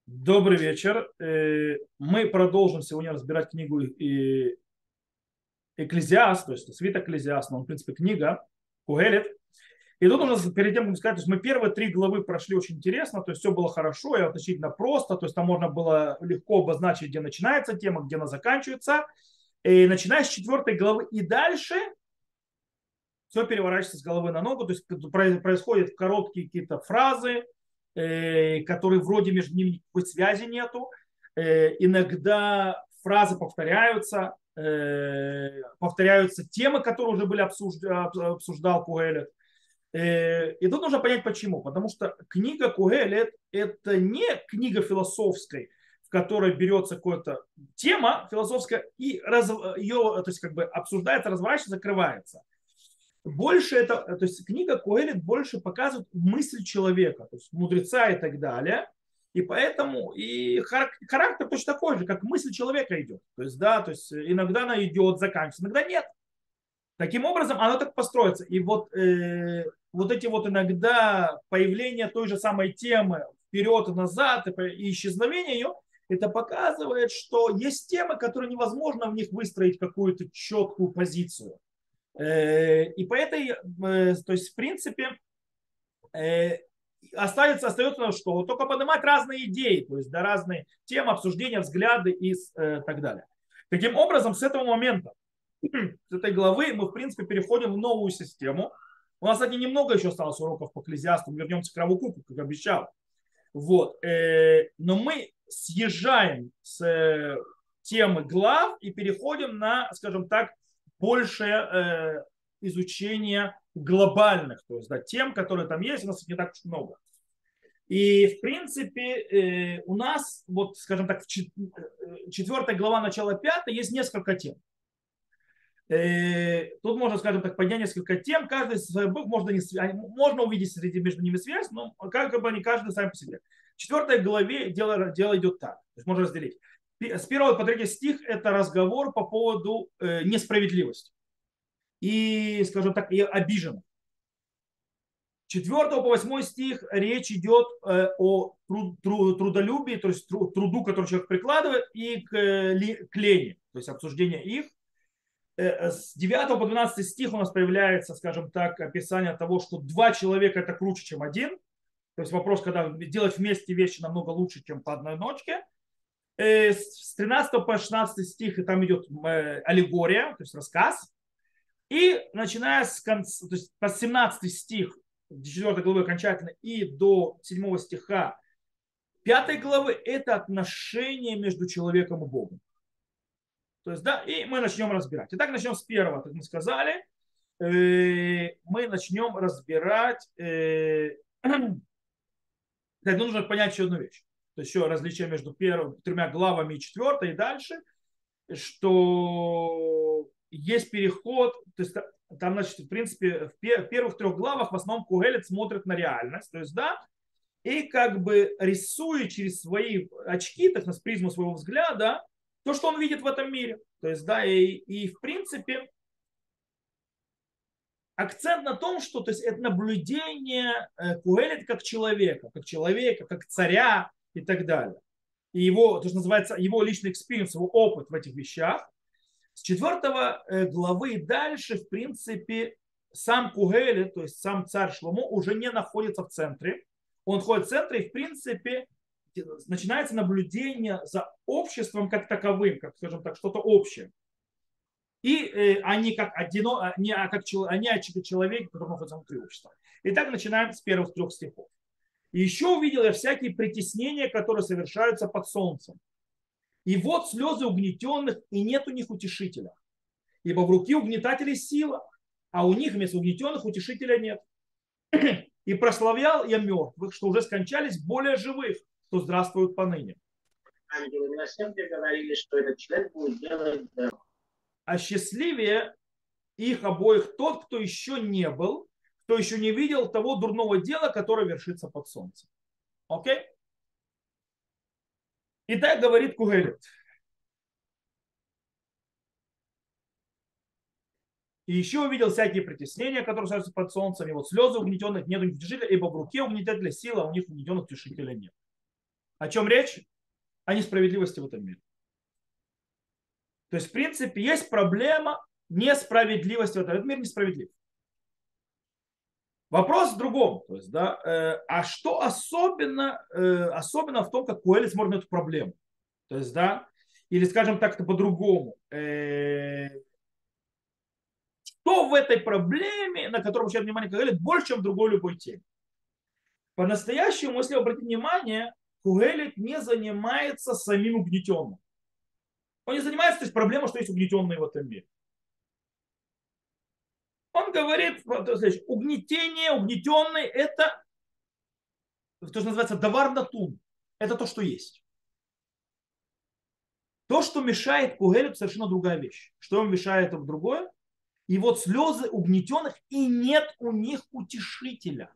Добрый вечер. Мы продолжим сегодня разбирать книгу Экклезиаст, то есть свиток Экклезиаст, но он, в принципе, книга Кугелет. И тут нужно перед тем, как сказать, то есть мы первые три главы прошли очень интересно, то есть все было хорошо и относительно просто, то есть там можно было легко обозначить, где начинается тема, где она заканчивается. И начиная с четвертой главы и дальше все переворачивается с головы на ногу, то есть происходят короткие какие-то фразы, которые вроде между ними никакой связи нету. Иногда фразы повторяются темы, которые уже были обсуждал Куэлет. И тут нужно понять почему. Потому что книга Куэлет это не книга философской, в которой берется какая-то тема философская и ее, то есть как бы обсуждается, разворачивается, закрывается. Больше это, то есть книга Коэлет больше показывает мысль человека, то есть мудреца и так далее. И поэтому и характер точно такой же, как мысль человека идет. То есть, да, то есть иногда она идет, заканчивается, иногда нет. Таким образом, оно так построится. И вот эти вот иногда появление той же самой темы вперед и назад и исчезновение ее, это показывает, что есть темы, которые невозможно в них выстроить какую-то четкую позицию. И по этой, то есть в принципе, э, остается, что только поднимать разные идеи, то есть да, разные темы, обсуждения, взгляды и так далее. Таким образом, с этого момента, с этой главы мы, в принципе, переходим в новую систему. У нас, кстати, немного еще осталось уроков по Экклезиасту, вернемся к Равукуку, как обещал. Вот. Но мы съезжаем с темы глав и переходим на, скажем так, большее изучение глобальных, то есть да, тем, которые там есть, у нас их не так уж много. И, в принципе, у нас, вот, скажем так, четвертая глава, начало пятой, есть несколько тем. Тут можно, скажем так, поднять несколько тем, каждый из своих букв можно увидеть между ними связь, но как бы они каждый сами по себе. В четвертой главе дело идет так, то есть можно разделить. С первого по третий стих это разговор по поводу несправедливости и, скажем так, и обиженных. С 4 по 8 стих речь идет о трудолюбии, то есть труду, который человек прикладывает, и к лени, то есть обсуждение их. С 9 по 12 стих у нас появляется, скажем так, описание того, что два человека это круче, чем один. То есть вопрос, когда делать вместе вещи намного лучше, чем по одной ночке. С 13 по 16 стих и там идет аллегория, то есть рассказ. И начиная с конца, то есть по 17 стих 4 главы окончательно и до 7 стиха 5 главы это отношение между человеком и Богом. То есть, да, и мы начнем разбирать. Итак, начнем с первого, как мы сказали. Мы начнем разбирать. Нужно понять еще одну вещь. То есть еще различие между тремя главами и четвертой и дальше, что есть переход, то есть там, значит, в принципе, в первых трех главах в основном Кугелет смотрит на реальность, то есть, да, и как бы рисует через свои очки, так сказать, призму своего взгляда, то, что он видит в этом мире. То есть, да, и в принципе, акцент на том, что то есть, это наблюдение Куэлит как человека, как царя и так далее. И его, то, что называется, его личный экспириенс, его опыт в этих вещах. С 4 главы и дальше, в принципе, сам Кугелет, то есть сам царь Шломо, уже не находится в центре. Он ходит в центре, и, в принципе, начинается наблюдение за обществом как таковым, как, скажем так, что-то общее. И они как они человеки, которые находятся внутри общества. Итак, начинаем с первых трех стихов. И еще увидел я всякие притеснения, которые совершаются под солнцем. И вот слезы угнетенных, и нет у них утешителя. Ибо в руке угнетателей сила, а у них вместо угнетенных утешителя нет. И прославлял я мертвых, что уже скончались, более живых, что здравствуют поныне. Ангелы милосердия говорили, что этот человек будет делать. А счастливее их обоих тот, кто еще не был, кто еще не видел того дурного дела, которое вершится под солнцем. Окей? И так говорит Кугелет. И еще увидел всякие притеснения, которые становятся под солнцем, и вот слезы угнетенных нет утешителя, ибо в руке угнетателя сила, а у них угнетенных утешителя нет. О чем речь? О несправедливости в этом мире. То есть, в принципе, есть проблема несправедливости в этом. Этот мир несправедлив. Вопрос в другом. То есть, да, а что особенно в том, как Куэлит смотрит на эту проблему? То есть, да, или скажем так-то по-другому. Что в этой проблеме, на которую обращает внимание Куэлит, больше, чем в другой любой теме? По-настоящему, если обратить внимание, Куэлит не занимается самим угнетенным. Он не занимается, то есть, проблемой, что есть угнетенные в этом мире. Он говорит, то есть, угнетение, угнетенный – это то, что называется давар натун. Это то, что есть. То, что мешает Кугелю, совершенно другая вещь. Что ему мешает в другое? И вот слезы угнетенных, и нет у них утешителя.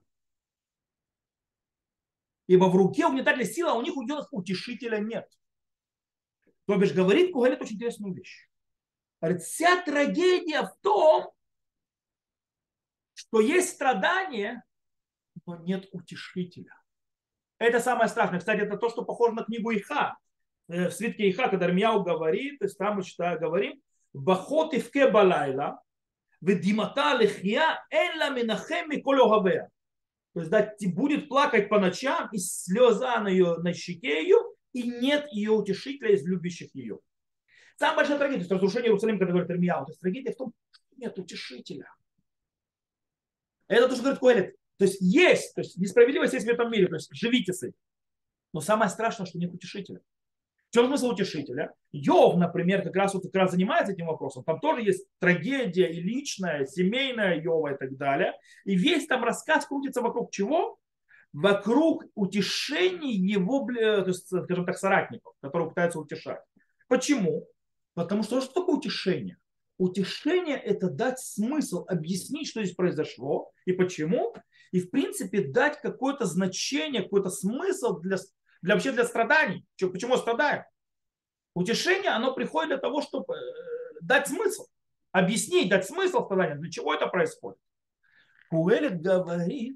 Ибо в руке угнетателя сила, а у них угнетенных утешителя нет. То бишь говорит Кугелет очень интересную вещь. Говорит, вся трагедия в том, что есть страдание, но нет утешителя. Это самое страшное. Кстати, это то, что похоже на книгу Иха. В свитке Иха, когда Ирмияу говорит, то есть там мы говорим, «Бахот ивке балайла, ведимата лихья, элла минахем миколь огавея». То есть, да, будет плакать по ночам, и слеза на щеке ее, и нет ее утешителя из любящих ее. Самая большая трагедия, то есть разрушение Иерусалима, когда говорит Ирмияу, то есть трагедия в том, что нет утешителя. Это то, что говорит Коэлет. То есть, то есть несправедливость есть в этом мире, то есть живите с этим. Но самое страшное, что нет утешителя. В чем смысл утешителя? Йов, например, как раз занимается этим вопросом. Там тоже есть трагедия и личная, семейная Йова и так далее. И весь там рассказ крутится вокруг чего? Вокруг утешений его, то есть, скажем так, соратников, которые пытаются утешать. Почему? Потому что что такое утешение? Утешение – это дать смысл, объяснить, что здесь произошло и почему. И, в принципе, дать какое-то значение, какой-то смысл вообще для страданий. Почему страдаем? Утешение, оно приходит для того, чтобы дать смысл, объяснить, дать смысл страданию, для чего это происходит. Куэлит говорит,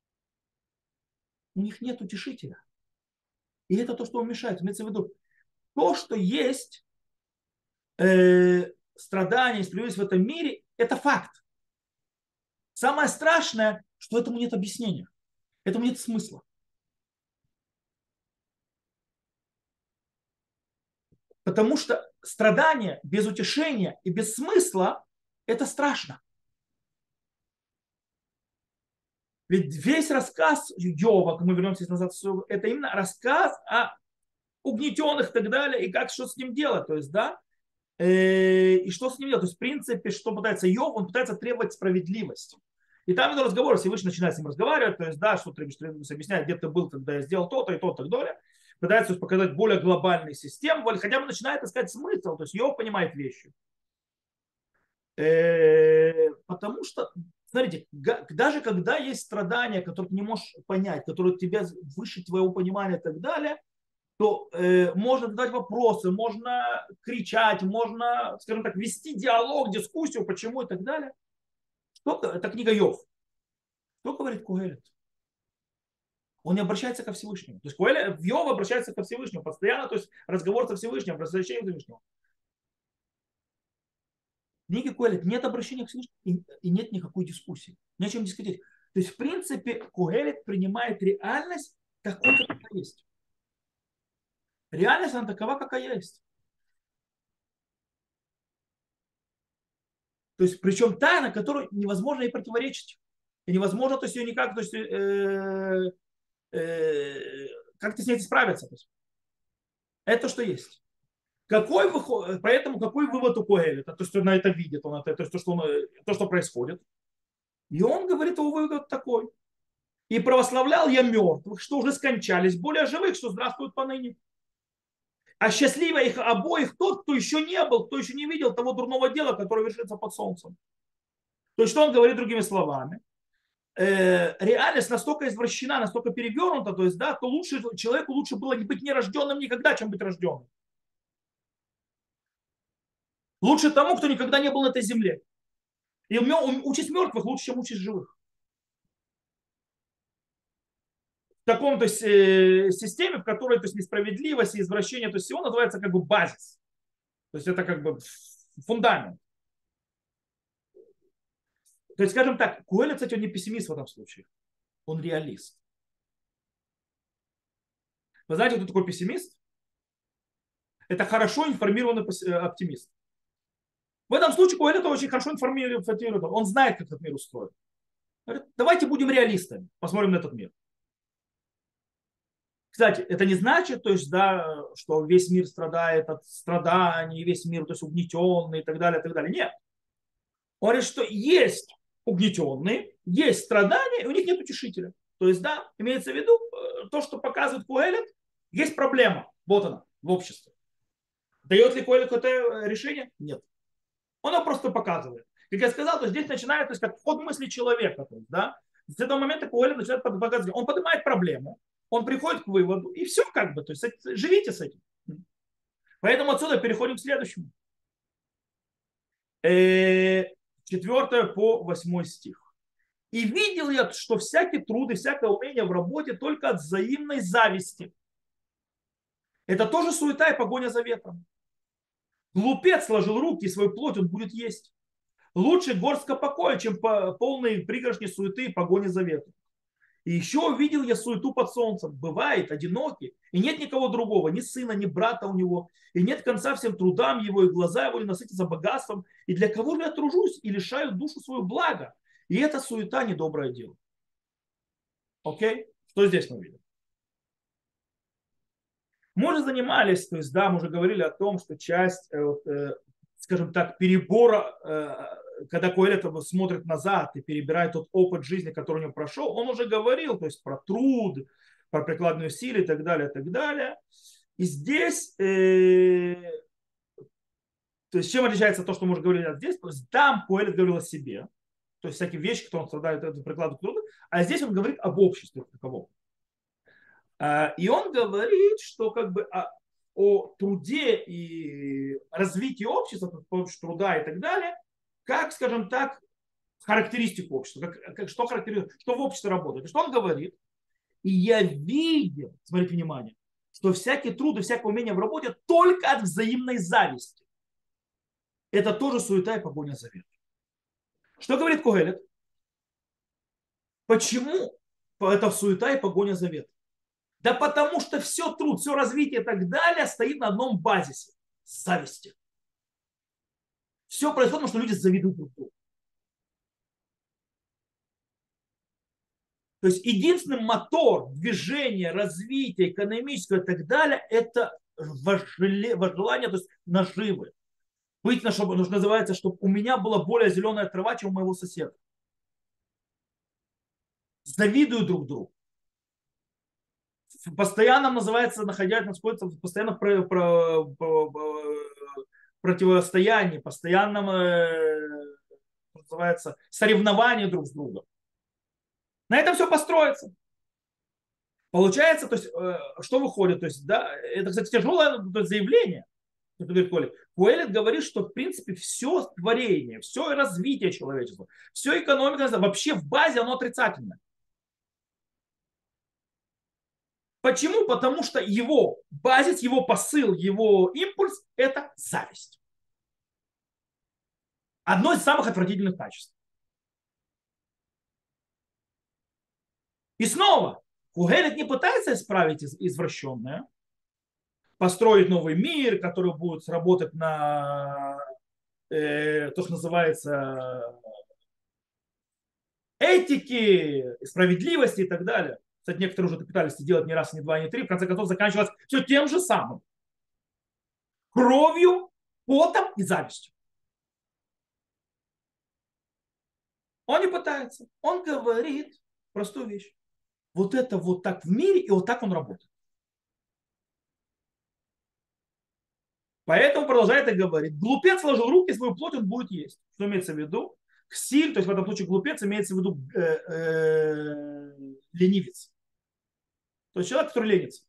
у них нет утешителя. И это то, что им мешает. Имеется в виду, то, что есть страдания, справедливость в этом мире, это факт. Самое страшное, что этому нет объяснения. Этому нет смысла. Потому что страдание без утешения и без смысла – это страшно. Ведь весь рассказ Йова, мы вернемся назад, это именно рассказ о угнетенных и так далее, и как что с ним делать. То есть, да, и что с ним делать. То есть, в принципе, что пытается Йов, он пытается требовать справедливости. И там идет разговор, Всевышний начинает с ним разговаривать, то есть, да, что требуешь, объяснять, где ты был, когда я сделал то-то и то-то, и так далее. Пытается показать более глобальные системы, хотя бы начинает искать смысл, то есть Йов понимает вещи. Потому что, смотрите, даже когда есть страдания, которые ты не можешь понять, которые тебя выше твоего понимания и так далее, то можно задать вопросы, можно кричать, можно, скажем так, вести диалог, дискуссию, почему и так далее. Это книга Йов. Что говорит Куэлит? Он не обращается ко Всевышнему. То есть Йов обращается ко Всевышнему постоянно, то есть разговор со Всевышним, возвращение к Всевышнему. В книге Куэлит нет обращения к Всевышнему и нет никакой дискуссии. Не о чем дискутировать. То есть, в принципе, Куэлит принимает реальность такой, какая есть. Реальность, она такова, какая есть. То есть, причем та, на которую невозможно ей противоречить. И невозможно, то есть, ее никак, то есть, как ты с ней справиться. То есть. Это что есть. Поэтому какой вывод у Коэлита? То, что он на это видит, то, есть, то, что происходит. И он говорит, его вывод такой. И православлял я мертвых, что уже скончались, более живых, что здравствуют поныне. А счастливо их обоих тот, кто еще не был, кто еще не видел того дурного дела, которое вершится под солнцем. То есть, что он говорит другими словами? Реальность настолько извращена, настолько перевернута, то есть, да, то человеку лучше было не быть нерожденным никогда, чем быть рожденным. Лучше тому, кто никогда не был на этой земле. И участь мертвых лучше, чем участь живых. таком, то есть, системе, в которой, то есть, несправедливость и извращение, то есть, всего называется как бы базис. То есть, это как бы фундамент. То есть, скажем так, Куэлет, кстати, он не пессимист в этом случае. Он реалист. Вы знаете, кто такой пессимист? Это хорошо информированный оптимист. В этом случае Куэлет очень хорошо информирует. Он знает, как этот мир устроен. Говорит, давайте будем реалистами, посмотрим на этот мир. Кстати, это не значит, то есть, да, что весь мир страдает от страданий, весь мир, то есть, угнетенный и так далее, и так далее. Нет. Он говорит, что есть угнетенные, есть страдания, и у них нет утешителя. То есть, да, имеется в виду то, что показывает Куэлет, есть проблема. Вот она, в обществе. Дает ли Куэлет это решение? Нет. Он его просто показывает. Как я сказал, то здесь начинается, то есть, как ход мысли человека. То есть, да, с этого момента Куэлет начинает показывать. Он поднимает проблему, он приходит к выводу, и все как бы. То есть, живите с этим. Поэтому отсюда переходим к следующему. 4 по 8 стих. И видел я, что всякий труд и всякое умение в работе только от взаимной зависти. Это тоже суета и погоня за ветром. Глупец сложил руки, и свою плоть он будет есть. Лучше горстка покоя, чем полные пригоршни суеты и погони за ветром. И еще увидел я суету под солнцем. Бывает одинокий, и нет никого другого, ни сына, ни брата у него. И нет конца всем трудам его, и глаза его не насытятся богатством. И для кого же я тружусь и лишаю душу свою блага? И это суета, недоброе дело. Окей? Что здесь мы видим? Мы уже занимались, то есть, да, мы уже говорили о том, что часть, скажем так, перебора, когда Коэлет смотрит назад и перебирает тот опыт жизни, который у него прошел, он уже говорил, то есть, про труд, про прикладную силу и так далее, и так далее. И здесь, то есть, чем отличается то, что мы уже говорили здесь, то есть, там Коэлет говорил о себе, то есть, всякие вещи, которые он страдает от прикладных трудов, а здесь он говорит об обществе таковом. И он говорит, что как бы о труде и развитии общества, с помощью труда и так далее, как, скажем так, характеристику общества, что характеризует, что в обществе работает. И что он говорит? И я видел, смотрите внимание, что всякий труд и всякое умение в работе только от взаимной зависти. Это тоже суета и погоня за ветром. Что говорит Когелет? Почему это суета и погоня за ветром? Да потому что все труд, все развитие и так далее стоит на одном базисе – зависти. Все происходит, потому что люди завидуют друг другу. То есть единственный мотор движения, развития, экономического и так далее – это вожделение, то есть наживы. Быть, чтобы, называется, чтобы у меня была более зеленая трава, чем у моего соседа. Завидуют друг другу. Постоянно называется, находится постоянно противостоянии, постоянном называется соревновании друг с другом. На этом все построится. Получается, то есть, что выходит? То есть, да, это, кстати, тяжелое заявление. Куэлет говорит, что в принципе все творение, все развитие человечества, все экономика, вообще в базе оно отрицательное. Почему? Потому что его базис, его посыл, его импульс – это зависть. Одно из самых отвратительных качеств. И снова, Кугелет не пытается исправить извращенное, построить новый мир, который будет работать на то, что называется этики, справедливости и так далее. Кстати, некоторые уже пытались это делать не раз, не два, не три. В конце концов, заканчивалось все тем же самым. Кровью, потом и завистью. Он не пытается. Он говорит простую вещь. Вот это вот так в мире, и вот так он работает. Поэтому продолжает и говорит. Глупец сложил руки, свою плоть он будет есть. Что имеется в виду? Ксиль, то есть в этом случае глупец, имеется в виду ленивец. То есть человек, который ленится.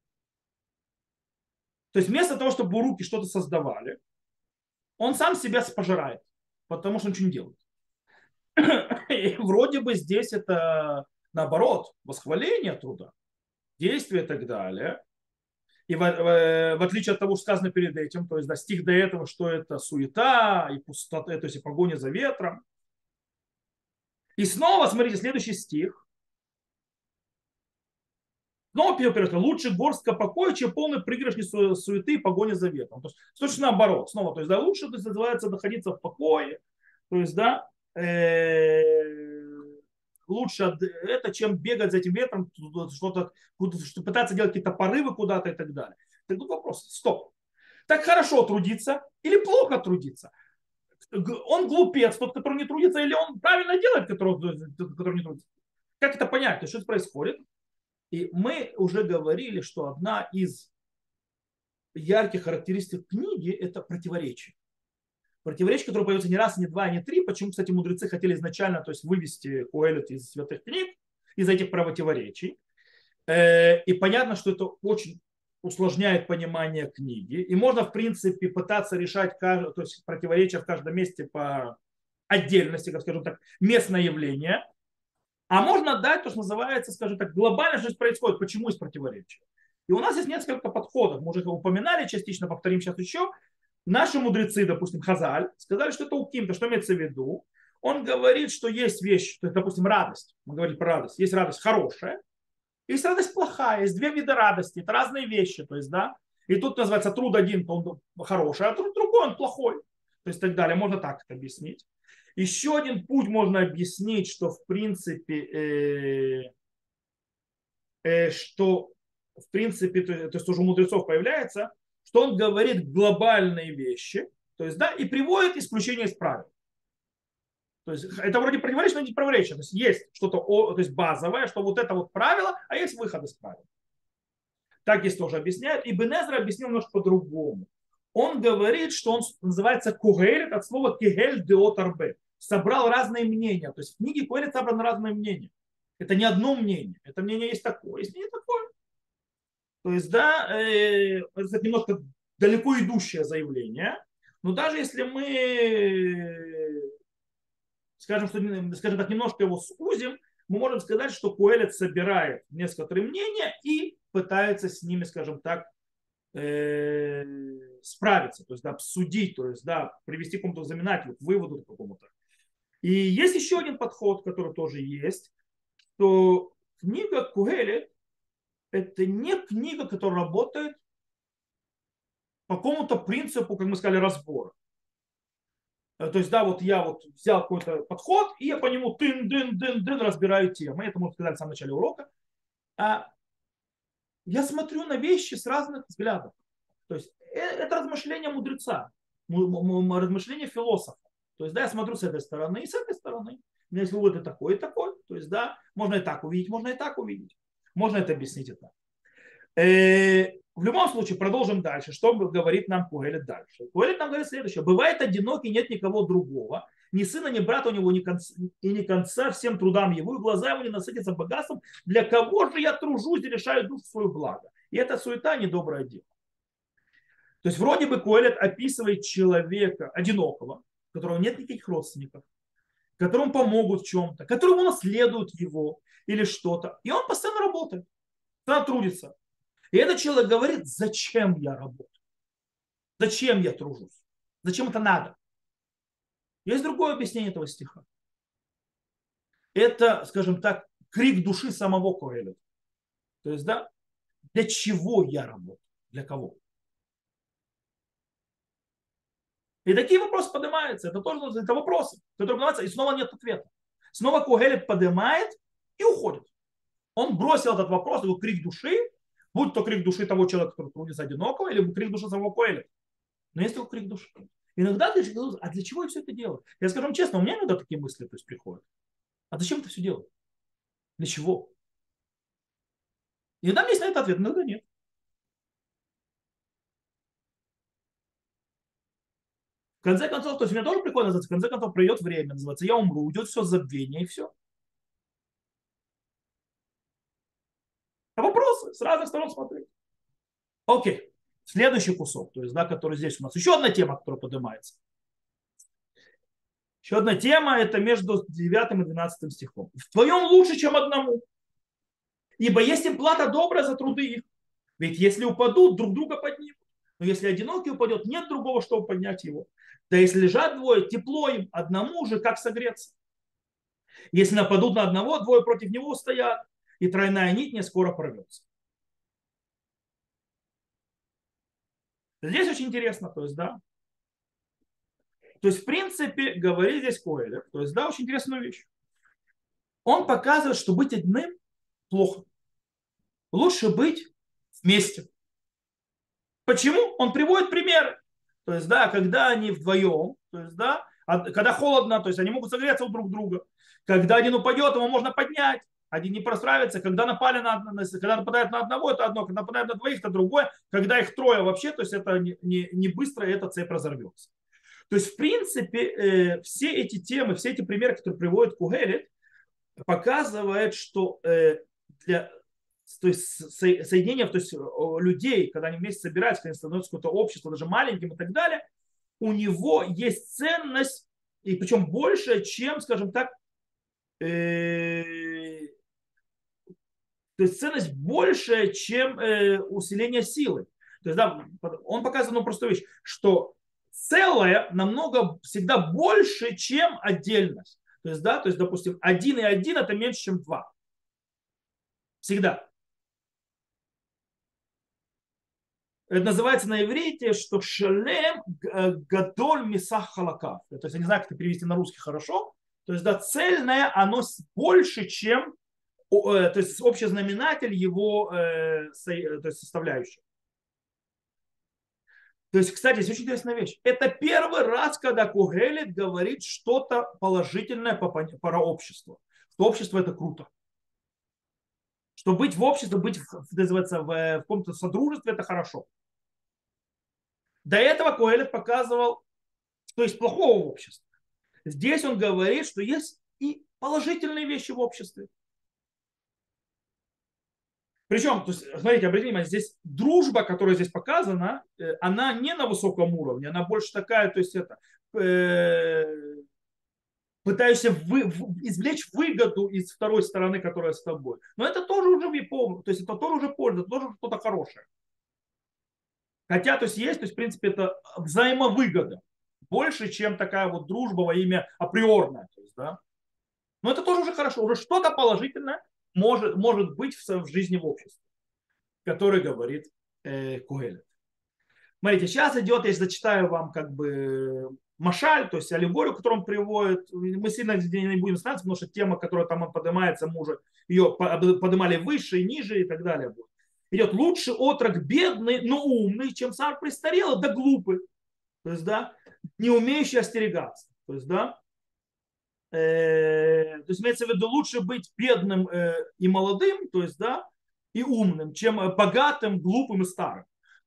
То есть вместо того, чтобы руки что-то создавали, он сам себя пожирает, потому что он ничего не делает. И вроде бы здесь это наоборот, восхваление труда. действия и так далее. И в отличие от того, что сказано перед этим, то есть да, стих до этого, что это суета и пустота, то есть и погоня за ветром. И снова, смотрите, следующий стих. Снова первое, лучше горстка покоя, чем полный пригоршни суеты и погоня за ветром. То есть точно наоборот. Снова, то есть да, лучше, то есть, называется находиться в покое, то есть да, лучше это, чем бегать за этим ветром, что-то, пытаться делать какие-то порывы куда-то и так далее. Так тут вопрос, стоп. Так хорошо трудиться или плохо трудиться? Он глупец, тот, который не трудится, или он правильно делает, который не трудится? Как это понять? То есть, что это происходит? И мы уже говорили, что одна из ярких характеристик книги – это противоречие. Противоречие, которое появится не раз, не два, не три. Почему, кстати, мудрецы хотели изначально, то есть, вывести Коэлет из святых книг, из этих противоречий. И понятно, что это очень усложняет понимание книги. И можно, в принципе, пытаться решать то есть, противоречия в каждом месте по отдельности, как скажем так, местное явление. А можно дать то, что называется, скажем так, глобально что происходит, почему есть противоречия. И у нас есть несколько подходов. Мы уже их упоминали частично, повторим сейчас еще. Наши мудрецы, допустим, Хазаль, сказали, что это уким-то, что имеется в виду. Он говорит, что есть вещь, то есть, допустим, радость. Мы говорим про радость. Есть радость хорошая, есть радость плохая. Есть две вида радости. Это разные вещи. То есть, да. И тут называется труд один, он хороший, а труд другой, он плохой. То есть, так далее. Можно так это объяснить. Еще один путь можно объяснить, что в принципе, то есть уже у мудрецов появляется, что он говорит глобальные вещи, то есть, да, и приводит исключение из правил. То есть это вроде противоречие, но не противоречие. То есть что-то то есть базовое, что вот это вот правило, а есть выход из правил. Так здесь тоже объясняют. И Ибн Эзра объяснил немножко по-другому. Он говорит, что он называется Кугелет от слова Кегель деот арбе. Собрал разные мнения. То есть в книге Кугелет собраны разные мнения. Это не одно мнение. Это мнение есть такое, есть мнение такое. То есть, да, это немножко далеко идущее заявление. Но даже если мы, скажем так, немножко его сузим, мы можем сказать, что Куэлет собирает некоторые мнения и пытается с ними, скажем так, справиться, то есть да, обсудить, то есть да, привести к какому-то знаменателю, к выводу какому-то. И есть еще один подход, который тоже есть, что книга Куэлет это не книга, которая работает по какому-то принципу, как мы сказали, разбора. То есть, да, вот я вот взял какой-то подход, и я по нему тын-дын-дын-дын разбираю тему. Это мы сказали в самом начале урока. А я смотрю на вещи с разных взглядов. То есть, это размышление мудреца, размышление философа. То есть, да, я смотрю с этой стороны и с этой стороны. У меня есть вывод и такой, и такой. То есть, да, можно и так увидеть, можно и так увидеть. Можно это объяснить и так. В любом случае, продолжим дальше. Что говорит нам Куэлет дальше? Куэлет нам говорит следующее. Бывает одинокий, нет никого другого. Ни сына, ни брата у него, и ни конца всем трудам его, и глаза его не насытятся богатством. Для кого же я тружусь и решаю душу свою благо? И это суета, недоброе дело. То есть вроде бы Куэлет описывает человека одинокого, у которого нет никаких родственников, которому помогут в чем-то, которому наследуют его или что-то. И он постоянно работает, постоянно трудится. И этот человек говорит, зачем я работаю? Зачем я тружусь? Зачем это надо? Есть другое объяснение этого стиха. Это, скажем так, крик души самого Коэлета. То есть, да, для чего я работаю? Для кого? И такие вопросы поднимаются. Это тоже это вопросы, которые поднимаются, и снова нет ответа. Снова Коэлет поднимает и уходит. Он бросил этот вопрос, его крик души, будь то крик души того человека, который трудится одинокого, или крик души самого Коэлета. Но есть только крик души. Иногда ты говоришь, а для чего я все это делаю? Я скажу вам честно, у меня иногда такие мысли то есть, приходят. А зачем это все делать? Для чего? Иногда у меня есть на это ответ, иногда нет. В конце концов, то есть у меня тоже прикольно называется, в конце концов придет время, называется, я умру, уйдет все забвение и все. А вопросы с разных сторон смотреть. Окей. Следующий кусок, то есть, да, который здесь у нас. Еще одна тема, которая поднимается. Еще одна тема, это между 9 и 12 стихом. В твоем лучше, чем одному. Ибо есть им плата добрая за труды их. Ведь если упадут, друг друга поднимут. Но если одинокий упадет, нет другого, чтобы поднять его. Да если лежат двое, тепло им, одному же как согреться. Если нападут на одного, двое против него устоят, и тройная нить не скоро порвется. Здесь очень интересно, то есть, да. То есть, в принципе, говорит здесь Коэлев, то есть, да, очень интересную вещь. Он показывает, что быть одним плохо. Лучше быть вместе. Почему? Он приводит примеры. То есть, да, когда они вдвоем, то есть, да, когда холодно, то есть они могут согреться у друг друга. Когда один упадет, его можно поднять. Один не просправится. Когда когда нападают на одного, это одно. Когда нападают на двоих, это другое. Когда их трое вообще, то есть это не быстро, эта цепь разорвется. То есть, в принципе, все эти темы, все эти примеры, которые приводит Кугелет, показывают, что для то есть соединение, то есть людей, когда они вместе собираются, когда они становятся какое-то общество, даже маленьким и так далее, у него есть ценность, и причем больше, чем, скажем так, то есть ценность больше, чем усиление силы. То есть, да, он показывает одну простую вещь, что целое намного всегда больше, чем отдельность. То есть, да, то есть, допустим, 1 и 1 это меньше, чем 2. Всегда. Это называется на иврите, что шалем гадоль мисах халакав. То есть я не знаю, как это перевести на русский хорошо. То есть да, цельное, оно больше, чем то есть общий знаменатель его то есть составляющих. То есть, кстати, здесь очень интересная вещь. Это первый раз, когда Кугелет говорит что-то положительное про общество. Что общество это круто. Что быть в обществе, быть называется, в каком-то содружестве это хорошо. До этого Кугелет показывал, что есть плохого в обществе. Здесь он говорит, что есть и положительные вещи в обществе. Причем, то есть, смотрите, обратите внимание, здесь дружба, которая здесь показана, она не на высоком уровне, она больше такая, то есть это пытаешься извлечь выгоду из второй стороны, которая с тобой. Но это тоже уже то есть это тоже уже польза, тоже что-то хорошее. Хотя, то есть, в принципе, это взаимовыгода. Больше, чем такая вот дружба во имя априорная. То есть, да? Но это тоже уже хорошо. Уже что-то положительное может быть в жизни в обществе, который говорит Кугелет. Смотрите, сейчас идет, я зачитаю вам как бы машаль, то есть аллегорию, которую он приводит. Мы сильно не будем становиться, потому что тема, которая там он поднимается, мы уже ее поднимали выше и ниже и так далее. Идет лучше отрок бедный, но умный, чем царь престарелый, да глупый. То есть, да, не умеющий остерегаться. То есть, да, то есть имеется в виду лучше быть бедным и молодым, то есть, да, и умным, чем богатым, глупым и старым.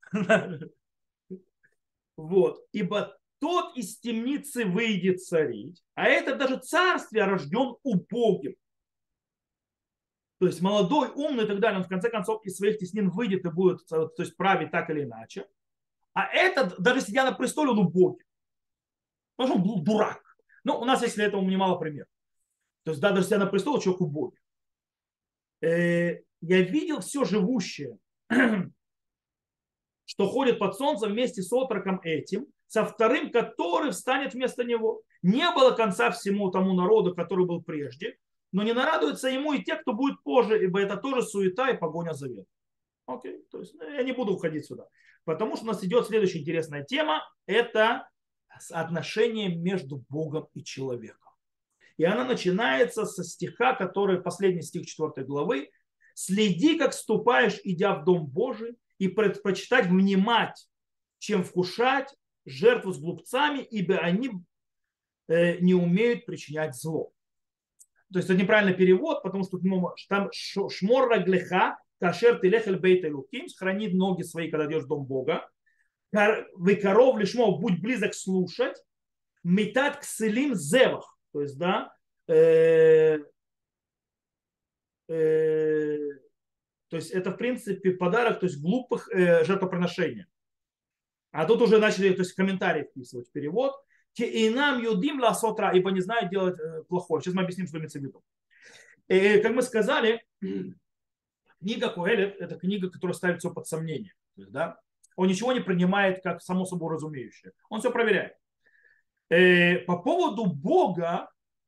Вот. Ибо тот из темницы выйдет царить, а это даже царствие рожден убогим. То есть молодой, умный и так далее, он в конце концов из своих теснин выйдет и будет, то есть править так или иначе. А этот, даже сидя на престоле, он убогий. Потому что он был дурак. Но у нас есть для этого немало примеров. То есть, да, даже сидя на престоле, человек убогий. Я видел все живущее, что ходит под солнцем вместе с отроком этим, со вторым, который встанет вместо него. Не было конца всему тому народу, который был прежде, но не нарадуются ему и те, кто будет позже, ибо это тоже суета и погоня за ветром. Окей, то есть я не буду уходить сюда. Потому что у нас идет следующая интересная тема. Это отношение между Богом и человеком. И она начинается со стиха, который последний стих 4 главы. «Следи, как ступаешь, идя в Дом Божий, и предпочитать внимать, чем вкушать жертву с глупцами, ибо они не умеют причинять зло». То есть это неправильный перевод, потому что там шмор раглеха, кашер ты лехель бейт элуким, храни ноги свои, когда идешь в Дом Бога. Выкоров лишмо, будь близок слушать. Метат кселим зевах. То есть, да, то есть это, в принципе, подарок, то есть глупых жертвоприношений. А тут уже начали, то есть комментарии вписывать в перевод. И нам юдим ла сотра, ибо не знают делать плохое. Сейчас мы объясним, что имеется в виду. Как мы сказали, Книга Куэлет – это книга, которая ставит все под сомнение. То есть, да, он ничего не принимает как само собой разумеющее. Он все проверяет. По поводу Бога,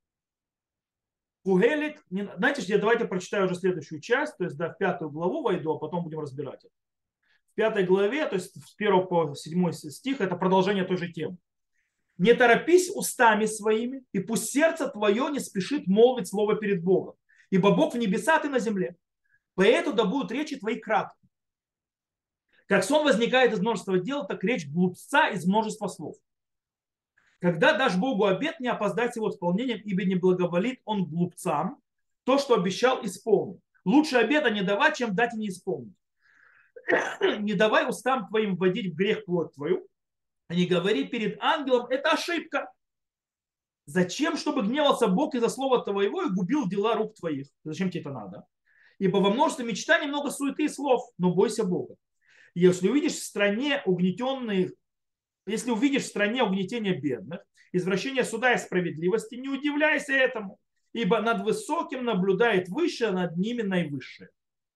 Куэлет, знаете, я давайте прочитаю уже следующую часть, то есть да, в 5 главу войду, а потом будем разбирать это. В 5 главе, то есть с 1 по 7 стих, это продолжение той же темы. Не торопись устами своими, и пусть сердце твое не спешит молвить слово перед Богом. Ибо Бог в небесах и на земле. Поэтому да будут речи твои кратки. Как сон возникает из множества дел, так речь глупца из множества слов. Когда дашь Богу обет, не опоздать с его исполнением, ибо не благоволит он глупцам то, что обещал, исполнить. Лучше обета не давать, чем дать и не исполнить. Не давай устам твоим вводить в грех плоть твою, а не говори перед ангелом, это ошибка. Зачем, чтобы гневался Бог из-за слова твоего и губил дела рук твоих? Зачем тебе это надо? Ибо во множестве мечтаний много суеты и слов, но бойся Бога. Если увидишь в стране угнетенных, если увидишь в стране угнетения бедных, извращение суда и справедливости, не удивляйся этому, ибо над высоким наблюдает высшее, а над ними наивысшее.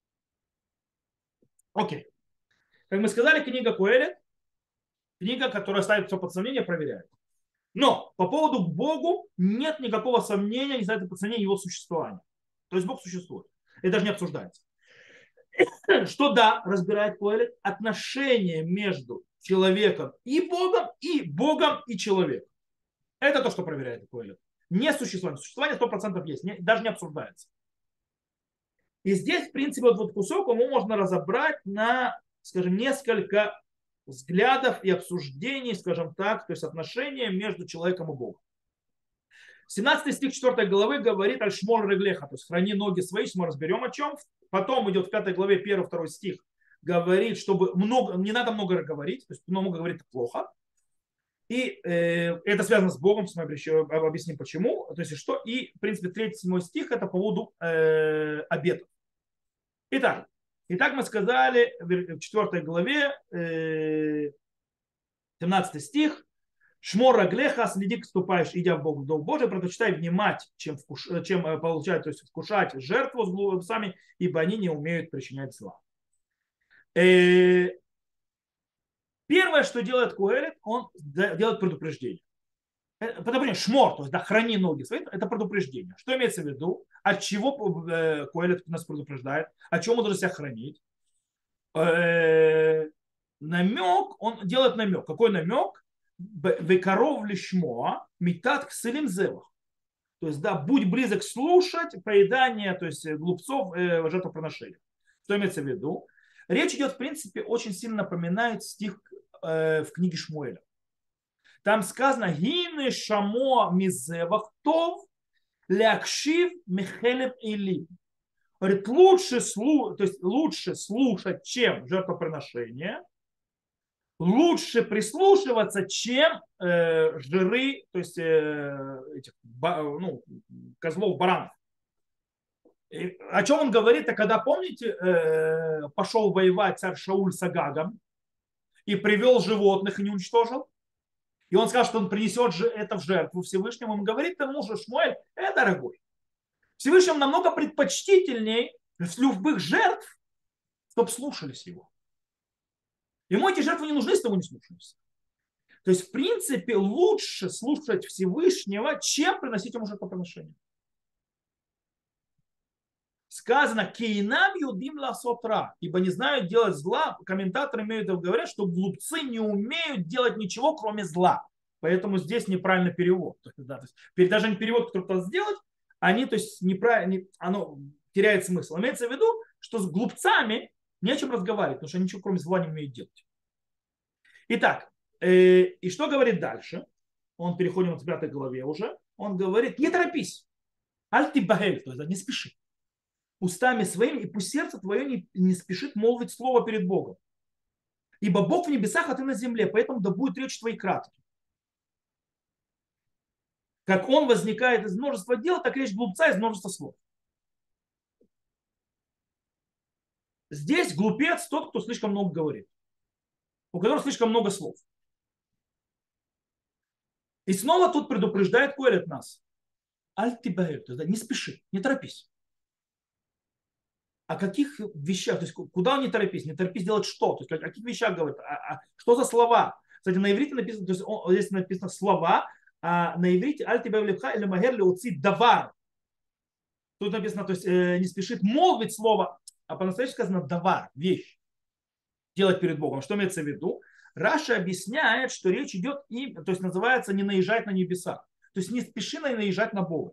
Окей. Как мы сказали, книга Куэлет, книга, которая ставит все под сомнение, проверяет. Но по поводу к Богу нет никакого сомнения, не ставит под сомнение его существования. То есть Бог существует. Это даже не обсуждается. Что да, разбирает Куэлет, отношения между человеком и Богом и человеком. Это то, что проверяет Куэлет. Не существование. Существование 100% есть, даже не обсуждается. И здесь, в принципе, вот кусок его можно разобрать на, скажем, несколько взглядов и обсуждений, скажем так, то есть отношения между человеком и Богом. 17 стих 4 главы говорит «Аль-шмор реглеха», то есть «храни ноги свои», мы разберем о чем. Потом идет в 5 главе 1-2 стих, говорит, чтобы не надо много говорить, то есть много говорить это плохо. И это связано с Богом, мы объясним почему. То есть что? И, в принципе, 3-7 стих это по поводу обетов. Итак, мы сказали в 4 главе, 17 стих, Шмора глеха, следи, как ступаешь, идя в Бог, в Дом Божий, предпочитай внимать, чем получать, то есть вкушать жертву с глупцами, ибо они не умеют причинять зла. Первое, что делает Куэлет, он делает предупреждение. Предупреждение, шмор, то есть да, храни ноги свои, это предупреждение. Что имеется в виду? От чего Куэлет нас предупреждает? От чего мы должны себя хранить? Намек, он делает намек. Какой намек? Векаров лишмо, метат кселим зевах. То есть, да, будь близок слушать поедание, то есть глупцов жертвоприношения. Что имеется в виду? Речь идет, в принципе, очень сильно напоминает стих в книге Шмуэля. Там сказано «Гины шамо мизевах тов лякшив михелев или». Говорит, лучше слушать, чем жертвоприношение, лучше прислушиваться, чем жиры, то есть этих, козлов, баранов. И о чем он говорит? А когда, помните, пошел воевать царь Шауль с Агагом и привел животных и не уничтожил? И он сказал, что он принесет же это в жертву Всевышнему. Он говорит тому же Шмуэль, дорогой, Всевышнему намного предпочтительней с любых жертв, чтобы слушались его. Ему эти жертвы не нужны, если его не слушались. То есть, в принципе, лучше слушать Всевышнего, чем приносить ему жертвоприношение. Сказано, кейнам юдим ласотра, ибо не знают делать зла. Комментаторы говорят, что глупцы не умеют делать ничего, кроме зла. Поэтому здесь неправильный перевод. Даже не перевод, который пытался сделать, они, то есть, неправильно, оно теряет смысл. Имеется в виду, что с глупцами не о чем разговаривать, потому что они ничего, кроме зла, не умеют делать. Итак, и что говорит дальше? Он переходим к 5 главе уже. Он говорит, не торопись. Аль-ти-багель, то есть не спеши. Устами своими, и пусть сердце твое не спешит молвить слово перед Богом. Ибо Бог в небесах, а ты на земле, поэтому да будет речь твои кратки. Как он возникает из множества дел, так речь глупца из множества слов. Здесь глупец тот, кто слишком много говорит, у которого слишком много слов. И снова тут предупреждает Куэлет нас. Аль-ти-багель, то есть не спеши, не торопись. о каких вещах, то есть куда он не торопись делать что, то есть о каких вещах говорит, что за слова. Кстати, на иврите написано, то есть здесь написано слова, а на иврите аль тебя влепха или магер леуци давар. Тут написано, то есть не спешит молвить слово, а по-настоящему сказано давар, вещь, делать перед Богом. Что имеется в виду? Раша объясняет, что речь идет, то есть называется не наезжать на небеса. То есть не спеши наезжать на Бога.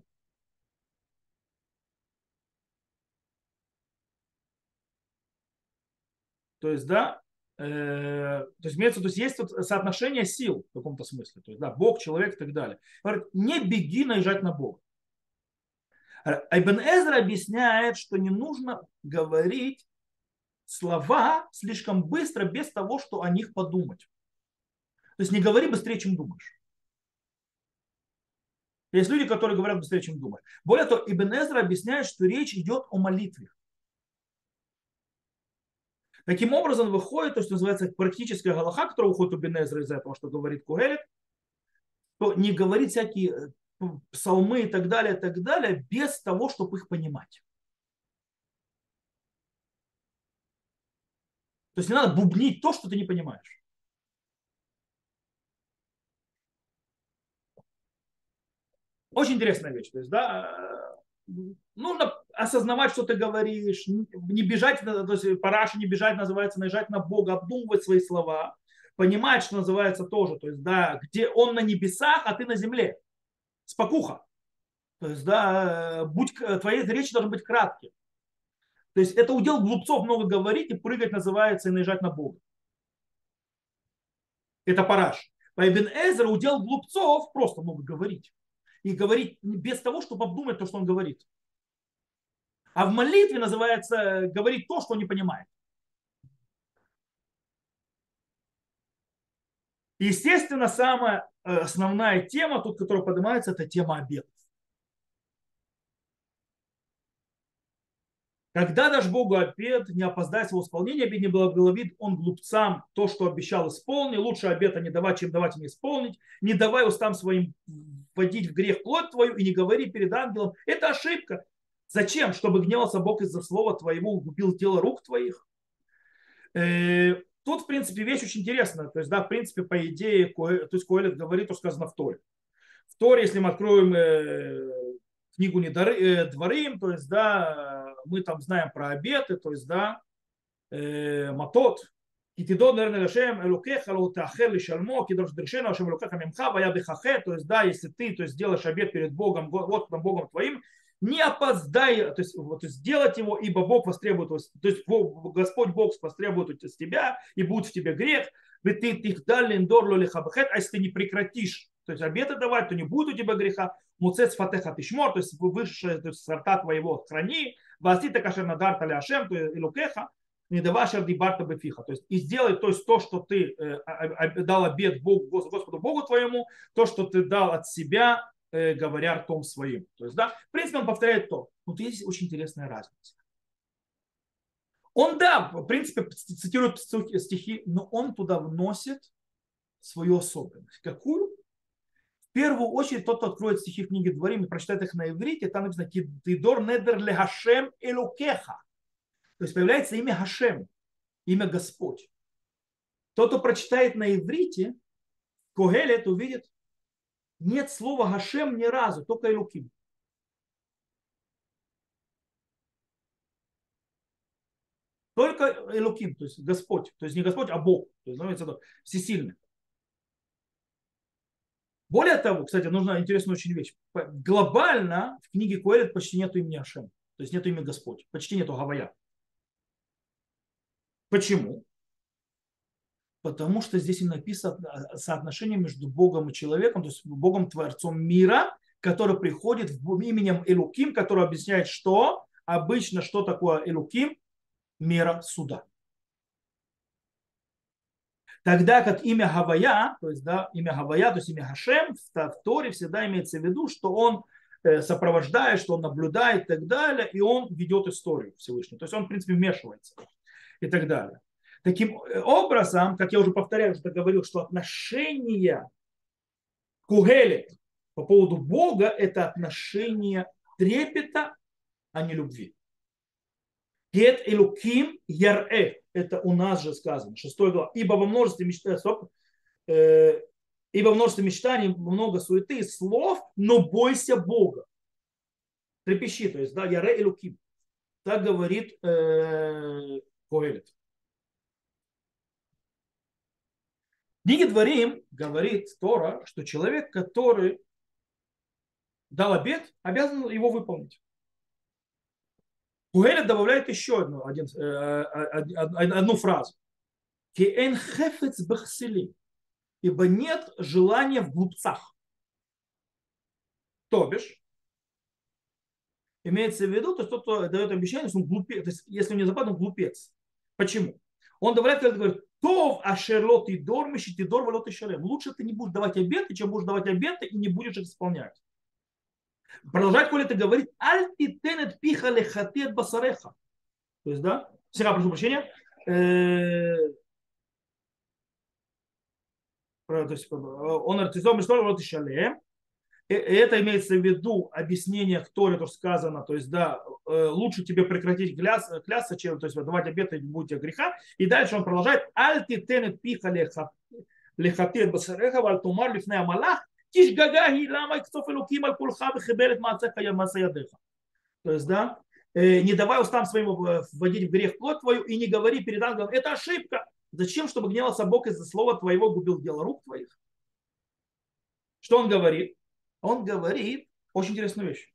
То есть, да, то есть имеется, то есть есть тут соотношение сил в каком-то смысле. То есть, да, Бог, человек и так далее. Говорит, не беги наезжать на Бога. Ибн Эзра объясняет, что не нужно говорить слова слишком быстро, без того, что о них подумать. То есть не говори быстрее, чем думаешь. Есть люди, которые говорят быстрее, чем думают. Более того, Ибн Эзра объясняет, что речь идет о молитве. Таким образом, выходит то, что называется практическая галаха, которая выходит у Ибн Эзра из этого, что говорит Кугелет, то не говорить всякие псалмы и так далее, без того, чтобы их понимать. То есть не надо бубнить то, что ты не понимаешь. Очень интересная вещь. То есть, да, нужно осознавать, что ты говоришь, не бежать, то есть параша не бежать, называется, наезжать на Бога, обдумывать свои слова, понимать, что называется тоже, то есть, да, где он на небесах, а ты на земле. Спокуха. То есть, да, твои речи должны быть краткие. То есть это удел глупцов много говорить и прыгать называется и наезжать на Бога. Это параш. По Ибн Эзра удел глупцов просто много говорить. И говорить без того, чтобы обдумать то, что он говорит. А в молитве называется говорить то, что он не понимает. И, естественно, самая основная тема, тут, которая поднимается, это тема обетов. Когда дашь Богу обет, не опоздай с его исполнения, обет не благоволит он глупцам то, что обещал, исполни. Лучше обета не давать, чем давать и не исполнить. Не давай устам своим вводить в грех плоть твою и не говори перед ангелом. Это ошибка. Зачем? Чтобы гневался Бог из-за слова твоего, угубил дело рук твоих. Тут, в принципе, вещь очень интересная. То есть, да, в принципе, по идее, то есть Коэлет говорит, то сказано в Торе. В Торе, если мы откроем книгу Дворим, то есть, да, мы там знаем про обеты, то есть, да, матот, и тидо, наверное, лешем элукеха лутахер лишальмо, кидрош дрешена, ашем элукеха мемха, вая бехахе, то есть, да, если ты, то есть, делаешь обет перед Богом, Господом Богом твоим, не опоздай, то есть, вот, сделать его, ибо Бог востребует, то есть Господь Бог востребует с тебя, и будет в тебе грех, ведь ты их дали индорло лихабахет, а если ты не прекратишь, то есть обеты давать, то не будет у тебя греха, муцец фатеха тишмор, то есть высшие сорта твоего храни, васита кашер надар таля ашем, то есть илукеха, не давашер дибарта бефиха, то есть и сделай то, есть, то что ты дал обет Богу, Господу Богу твоему, то, что ты дал от себя, говоря ртом своим. То есть, да, в принципе, он повторяет то. Но тут есть очень интересная разница. Он, да, в принципе, цитирует стихи, но он туда вносит свою особенность. Какую? В первую очередь, тот, кто откроет стихи книги Дворим и прочитает их на иврите, там написано «Кидор недер ле Хашем элукеха». То есть появляется имя Хашем, имя Господь. Тот, кто прочитает на иврите, Когелет увидит, нет слова Хашем ни разу, только Элуким. Только Элуким, то есть Господь. То есть не Господь, а Бог. То есть, называется, всесильный. Более того, кстати, нужна интересная очень вещь. Глобально в книге Коэлет почти нет имени Ашем. То есть нет имени Господь. Почти нету Гавая. Почему? Потому что здесь и написано соотношение между Богом и человеком, то есть Богом Творцом мира, который приходит именем Элуким, который объясняет, что обычно, что такое Элуким, мера суда. Тогда как имя Гавая, то есть, да, имя Гавая, то есть имя Хашем в Торе всегда имеется в виду, что он сопровождает, что он наблюдает и так далее, и он ведет историю Всевышнего. То есть он, в принципе, вмешивается и так далее. Таким образом, как я уже повторяю, что говорил, что отношение Кугелет по поводу Бога – это отношение трепета, а не любви. Гет элуким яре. Это у нас же сказано. 6 глава. Ибо во множестве мечтаний, ибо во множестве мечтаний много суеты и слов, но бойся Бога. Трепещи, то есть, да, яре элуким. Так говорит Коэлет. В книге Дворим говорит Тора, что человек, который дал обет, обязан его выполнить. Коэлет добавляет еще одну фразу. Киэн хефец бахсили. Ибо нет желания в глупцах. То бишь, имеется в виду, то есть тот, кто дает обещание, что он глупец. То есть, если он не западный, он глупец. Почему? Он добавляет, когда говорит, тов ашерлот и дор, мещит и дор, волот и шарем. Лучше ты не будешь давать обеты, чем будешь давать обеты и не будешь их исполнять. Продолжает Коля это говорит, аль ти тенет пиха лехатет басареха. То есть, да, всегда прошу прощения, то есть, он артизом что волот и шалем. Это имеется в виду объяснение в Торе, то сказано, то есть, да, лучше тебе прекратить клясться, чем, то есть, давать обеты, будь тебе греха. И дальше он продолжает, альти тенет пиха лехатет басареха, вальтумар лифнея малах, тиш гагаги лама икцоф элуким аль кулха вехебелет маацеха ямасаядеха. То есть, да, не давай устам своим вводить в грех плоть твою и не говори перед ангелом, это ошибка. Зачем, чтобы гневался Бог из-за слова твоего, губил дело рук твоих? Что он говорит? Он говорит очень интересную вещь.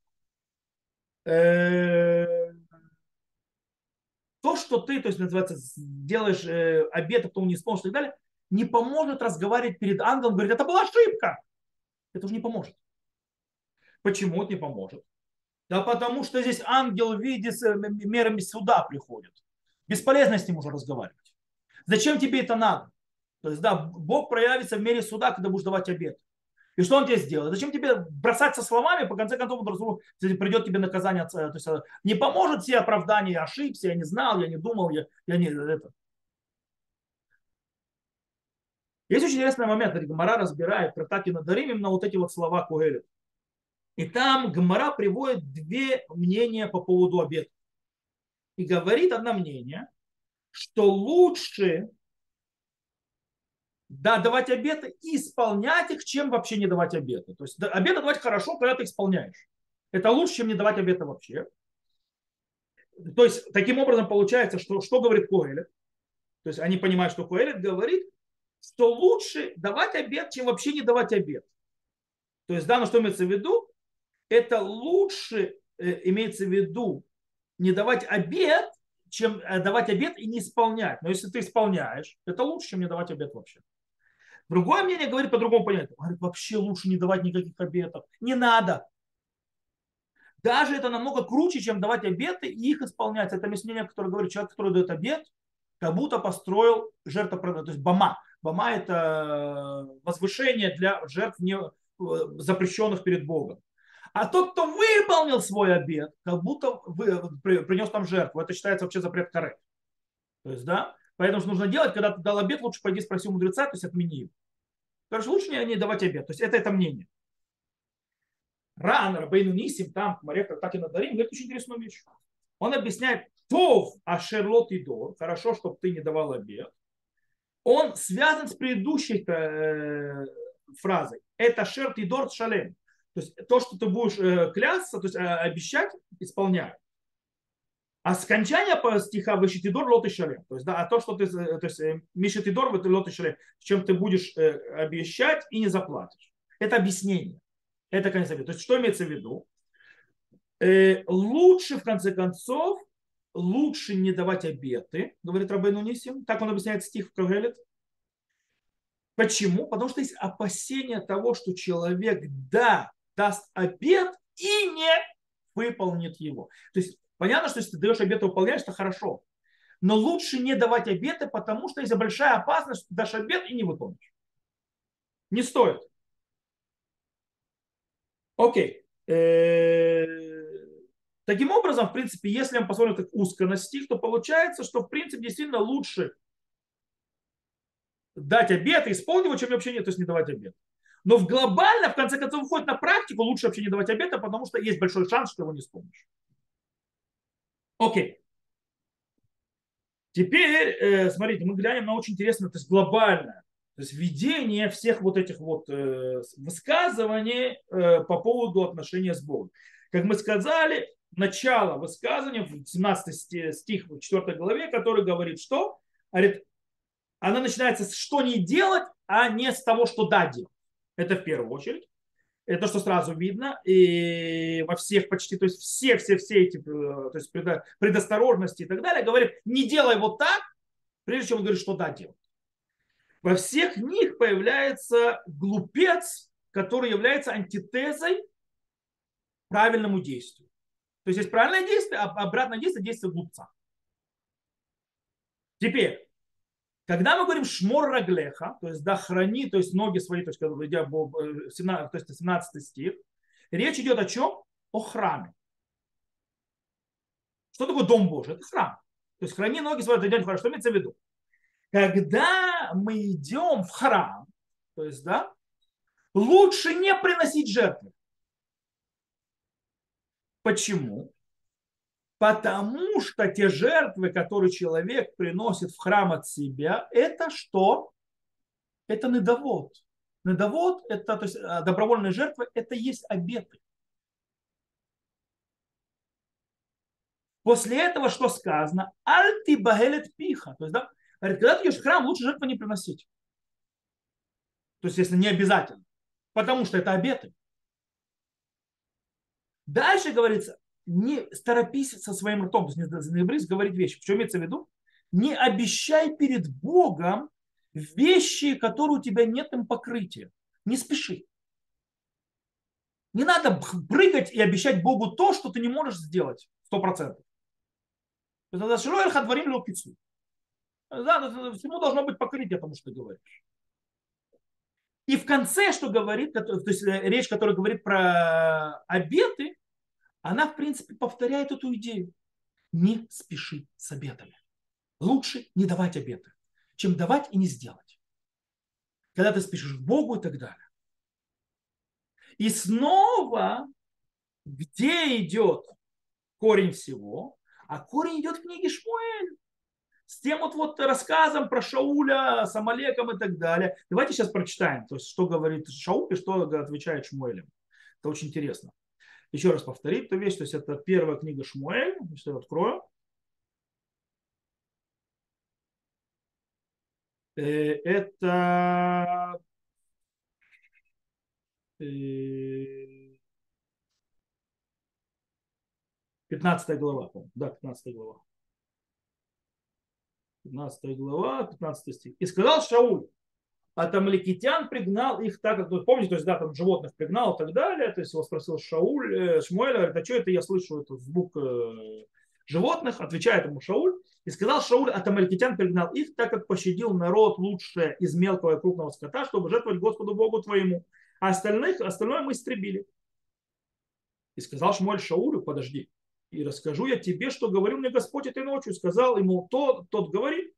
То, что ты, то есть, называется, делаешь обет, а потом не исполнишь и так далее, не поможет разговаривать перед ангелом, говорит, это была ошибка. Это уже не поможет. Почему это не поможет? Да потому что здесь ангел в виде мерами суда приходит. Бесполезно с ним уже разговаривать. Зачем тебе это надо? То есть, да, Бог проявится в мере суда, когда будешь давать обет. И что он тебе сделает? Зачем тебе бросаться словами, по конце концов, придет тебе наказание. То есть не поможет все оправдания, я ошибся, я не знал, я не думал, я не это. Есть очень интересный момент, где Гмара разбирает про Таки Надарим именно вот эти вот слова Кугелет. И там Гмара приводит две мнения по поводу обета. И говорит одно мнение, что лучше давать обеты и исполнять их, чем вообще не давать обеты. То есть обеты давать хорошо, когда ты исполняешь. Это лучше, чем не давать обеты вообще. То есть таким образом получается, что говорит Коэлет. То есть они понимают, что Коэлет говорит, что лучше давать обет, чем вообще не давать обет. То есть, да, но что имеется в виду? Это лучше имеется в виду не давать обет, чем давать обет и не исполнять. Но если ты исполняешь, это лучше, чем не давать обет вообще. Другое мнение говорит по другому понятию. Говорит, вообще лучше не давать никаких обетов. Не надо. Даже это намного круче, чем давать обеты и их исполнять. Это мнение, которое говорит, человек, который дает обет, как будто построил жертвоприношение. То есть бама. Бама – это возвышение для жертв, запрещенных перед Богом. А тот, кто выполнил свой обет, как будто принес там жертву. Это считается вообще запрет каре. То есть, да, поэтому что нужно делать, когда ты дал обет, лучше пойди спроси у мудреца, то есть отмени его. Короче, лучше не давать обет. То есть это мнение. Ран, Рабейну Нисим, там, Марек, так и Надарим, говорит очень интересную вещь. Он объясняет, тов ашерлот и дор, хорошо, чтобы ты не давал обет. Он связан с предыдущей фразой. Это шерт и дор шалем. То есть то, что ты будешь клясться, то есть обещать, исполнять. А скончание по стиха вышитидор лот и шалем. То есть, да, а то, что ты, то есть мишитидор лот и шалем, чем ты будешь обещать и не заплатишь. Это объяснение. Это конец обета. То есть, что имеется в виду? Лучше, в конце концов, лучше не давать обеты, говорит Рабейну Нисим. Так он объясняет стих в Когелет. Почему? Потому что есть опасение того, что человек даст обет и не выполнит его. То есть понятно, что если ты даешь обет и выполняешь, это хорошо. Но лучше не давать обеты, потому что есть большая опасность, что ты дашь обет и не выполнишь. Не стоит. Окей. Таким образом, в принципе, если мы посмотрим так узко на стих, то получается, что в принципе действительно лучше дать обет и исполнить его, чем вообще нет, то есть не давать обет. Но глобально, в конце концов, выходит на практику, лучше вообще не давать обета, потому что есть большой шанс, что его не исполнишь. Окей. Теперь, смотрите, мы глянем на очень интересное, то есть глобальное, то есть введение всех вот этих вот высказываний по поводу отношения с Богом. Как мы сказали, начало высказывания, 17 стих в 4 главе, который говорит, что? Говорит, она начинается с что не делать, а не с того, что да делать. Это в первую очередь. Это что сразу видно. И во всех почти, то есть все эти то есть предосторожности и так далее, говорит, не делай вот так, прежде чем он говорит, что да делать. Во всех них появляется глупец, который является антитезой правильному действию. То есть есть правильное действие, а обратное действие – действие глупца. Теперь, когда мы говорим шмор раглеха, то есть да, храни, то есть ноги свои, то есть, идя, 17, то есть 17 стих, речь идет о чем? О храме. Что такое дом Божий? Это храм. То есть храни ноги свои, идем в храм. Что имеется в виду? Когда мы идем в храм, то есть, да, лучше не приносить жертвы. Почему? Потому что те жертвы, которые человек приносит в храм от себя, это что? Это недовод. Недовод, это, то есть добровольные жертвы, это есть обеты. После этого что сказано? Альти багелет пиха. То есть, да, говорит, когда ты идешь в храм, лучше жертвы не приносить. То есть, если не обязательно. Потому что это обеты. Дальше говорится, не торопись со своим ртом. То есть, не брись говорить вещи. Что имеется в виду? Не обещай перед Богом вещи, которые у тебя нет им покрытия. Не спеши. Не надо прыгать и обещать Богу то, что ты не можешь сделать 100%. Это шилоэльха дворим леопицу. Всему должно быть покрытие, потому что ты говоришь. И в конце, что говорит, то есть речь, которая говорит про обеты, она, в принципе, повторяет эту идею. Не спеши с обетами. Лучше не давать обеты, чем давать и не сделать. Когда ты спешишь к Богу и так далее. И снова, где идет корень всего? А корень идет в книге Шмуэль. С тем вот рассказом про Шауля, с Амалеком и так далее. Давайте сейчас прочитаем, то есть, что говорит Шауль и что отвечает Шмуэлем. Это очень интересно. Еще раз повторить эту вещь. То есть это первая книга Шмуэль. Что я открою. Это 15 глава. Да, 15 глава. 15 глава, 15 стих. И сказал Шауль, от амаликитян пригнал их так, как, вы помните, то есть, да, там животных пригнал и так далее. То есть его спросил Шауль, Шмуэль, говорит, а что это я слышу, это звук животных, отвечает ему Шауль. И сказал Шауль, от амаликитян пригнал их, так как пощадил народ лучше из мелкого и крупного скота, чтобы жертвовать Господу Богу твоему. А остальное мы истребили. И сказал Шмуэль Шаулю, подожди, и расскажу я тебе, что говорил мне Господь этой ночью. Сказал ему, тот говорит,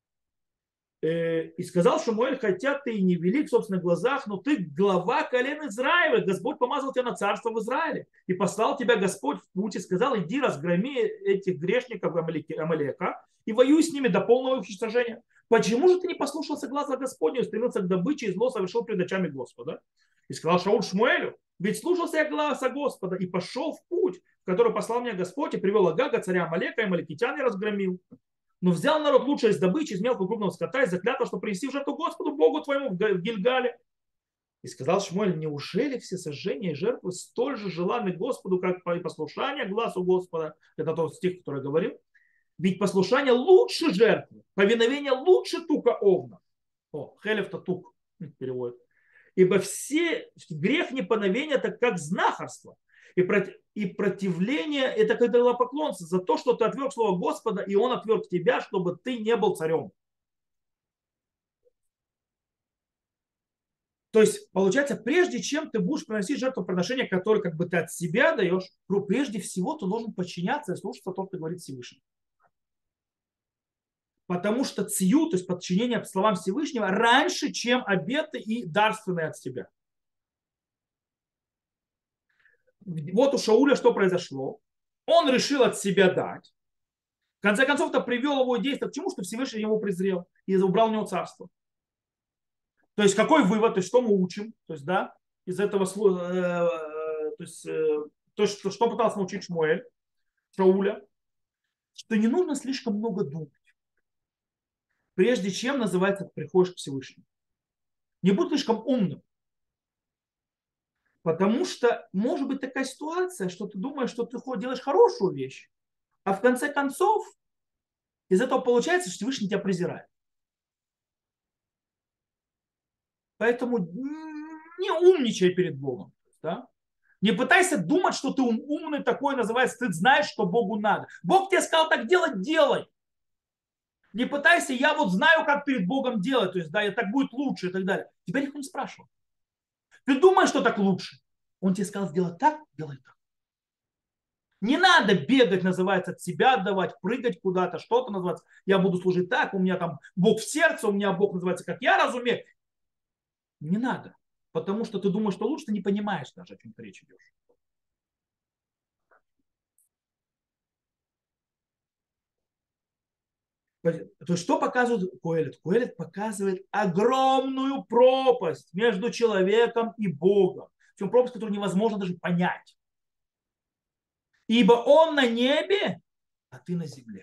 и сказал Шмуэль, хотя ты и не велик в собственных глазах, но ты глава колен Израиля. Господь помазал тебя на царство в Израиле. И послал тебя Господь в путь и сказал, иди разгроми этих грешников Амалека и воюй с ними до полного уничтожения. Почему же ты не послушался глаза Господня, стремился к добыче и зло совершил пред очами Господа? И сказал Шауль Шмуэлю, ведь слушался я глаза Господа и пошел в путь, в который послал меня Господь, и привел Агага, царя Амалека, и амаликитян и разгромил. Но взял народ лучшее из добычи, из мелкого крупного скота, и заклятого, что принеси в жертву Господу Богу твоему в Гильгале. И сказал Шмуэль, неужели все сожжения и жертвы столь же желанны Господу, как и послушание глазу Господа? Это тот стих, который я говорил. Ведь послушание лучше жертвы, повиновение лучше тука овна. О, хелев-то тук переводит. Ибо все грех неповиновения, это как знахарство. И противление – это как идолопоклонство за то, что ты отверг слово Господа, и он отверг тебя, чтобы ты не был царем. То есть, получается, прежде чем ты будешь приносить жертвоприношение, которое как бы ты от себя даешь, прежде всего ты должен подчиняться и слушаться то, что говорит Всевышний. Потому что цию, то есть подчинение словам Всевышнего, раньше, чем обеты и дарственные от тебя. Вот у Шауля что произошло? Он решил от себя дать. В конце концов, это привело его действие к чему? Что Всевышний его презрел и убрал у него царство. То есть какой вывод, то есть что мы учим, то есть, да, из этого, то есть, то, что пытался научить Шмуэль, Шауля, что не нужно слишком много думать, прежде чем, называется, приходишь к Всевышнему. Не будь слишком умным, потому что может быть такая ситуация, что ты думаешь, что ты делаешь хорошую вещь, а в конце концов из этого получается, что Всевышний тебя презирает. Поэтому не умничай перед Богом. Да? Не пытайся думать, что ты умный такой, называется, ты знаешь, что Богу надо. Бог тебе сказал так делать, делай. Не пытайся, я вот знаю, как перед Богом делать, то есть, да, и так будет лучше и так далее. Тебя никто не спрашивал. Ты думаешь, что так лучше. Он тебе сказал сделать так, делай так. Не надо бегать, называется, от себя отдавать, прыгать куда-то, что-то называется. Я буду служить так, у меня там Бог в сердце, у меня Бог называется, как я разумею. Не надо. Потому что ты думаешь, что лучше, ты не понимаешь даже, о чем ты речь идешь. То есть что показывает Коэлет? Коэлет показывает огромную пропасть между человеком и Богом. Причем пропасть, которую невозможно даже понять. Ибо он на небе, а ты на земле.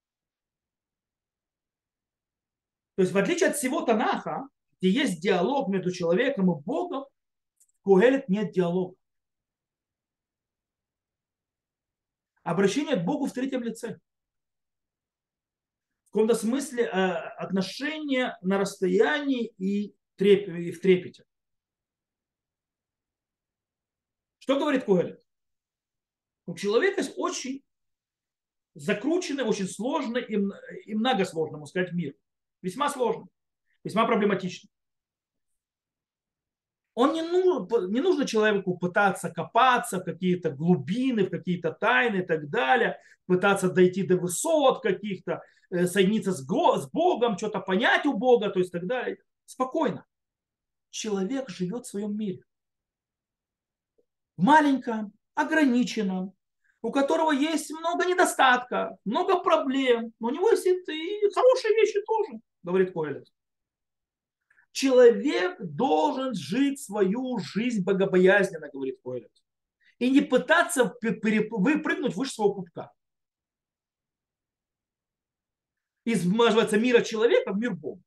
То есть в отличие от всего Танаха, где есть диалог между человеком и Богом, в Коэлет нет диалога. Обращение к Богу в третьем лице. В каком-то смысле отношения на расстоянии и в трепете. Что говорит Коэлет? У человека есть очень закрученный, очень сложный и многосложный, можно сказать, мир. Весьма сложный, весьма проблематичный. Не нужно человеку пытаться копаться в какие-то глубины, в какие-то тайны и так далее, пытаться дойти до высот каких-то, соединиться с Богом, что-то понять у Бога, то есть так далее. Спокойно. Человек живет в своем мире. В маленьком, ограниченном, у которого есть много недостатков, много проблем, но у него есть и хорошие вещи тоже, говорит Коэлет. Человек должен жить свою жизнь богобоязненно, говорит Коэлет, и не пытаться выпрыгнуть выше своего пупка. Из, называется, мира человека в мир Бога.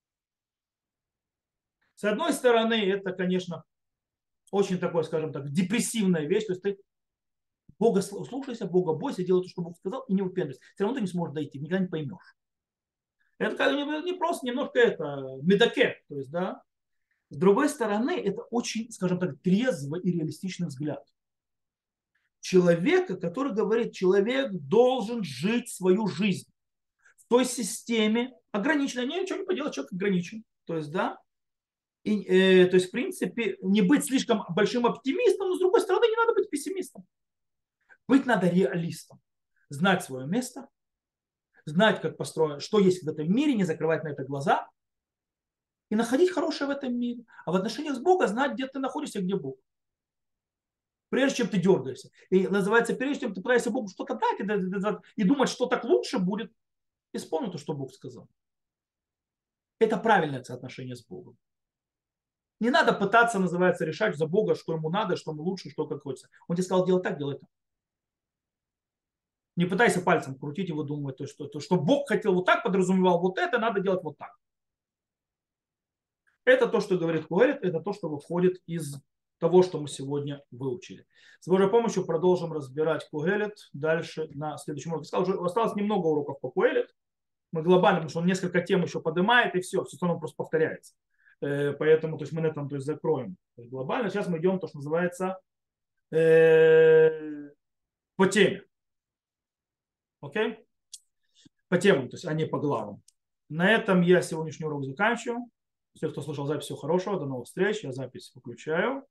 С одной стороны, это, конечно, очень такое, скажем так, депрессивная вещь, то есть ты Бога слушайся, Бога бойся, делай то, что Бог сказал, и не выпендривайся. Все равно ты не сможешь дойти, никогда не поймешь. Это как не просто немножко это медоке, то есть, да. С другой стороны, это очень, скажем так, трезвый и реалистичный взгляд. Человека, который говорит, человек должен жить свою жизнь в той системе ограниченной. Ничего не поделать, человек ограничен. То есть, да, то есть, в принципе, не быть слишком большим оптимистом, но, с другой стороны, не надо быть пессимистом. Быть надо реалистом. Знать свое место, знать, как построено, что есть в этом мире, не закрывать на это глаза и находить хорошее в этом мире. А в отношениях с Богом знать, где ты находишься, где Бог. Прежде чем ты дергаешься. И называется, прежде чем ты пытаешься Богу что-то дать и думать, что так лучше будет, исполни то, что Бог сказал. Это правильное соотношение с Богом. Не надо пытаться, называется, решать за Бога, что ему надо, что ему лучше, что как хочется. Он тебе сказал делать так, делай так. Не пытайся пальцем крутить и выдумывать, что Бог хотел вот так, подразумевал вот это, надо делать вот так. Это то, что говорит Коэлет, это то, что выходит из того, что мы сегодня выучили. С Божьей помощью продолжим разбирать Коэлет дальше на следующем уроке. Сказал, уже осталось немного уроков по Коэлет. Мы глобально, потому что он несколько тем еще поднимает, и все остальное просто повторяется. Поэтому то есть мы на этом то есть, закроем глобально. Сейчас мы идем то, что называется по теме. Окей? По темам, то есть, а не по главам. На этом я сегодняшний урок заканчиваю. Все, кто слушал запись, всего хорошего. До новых встреч. Я запись выключаю.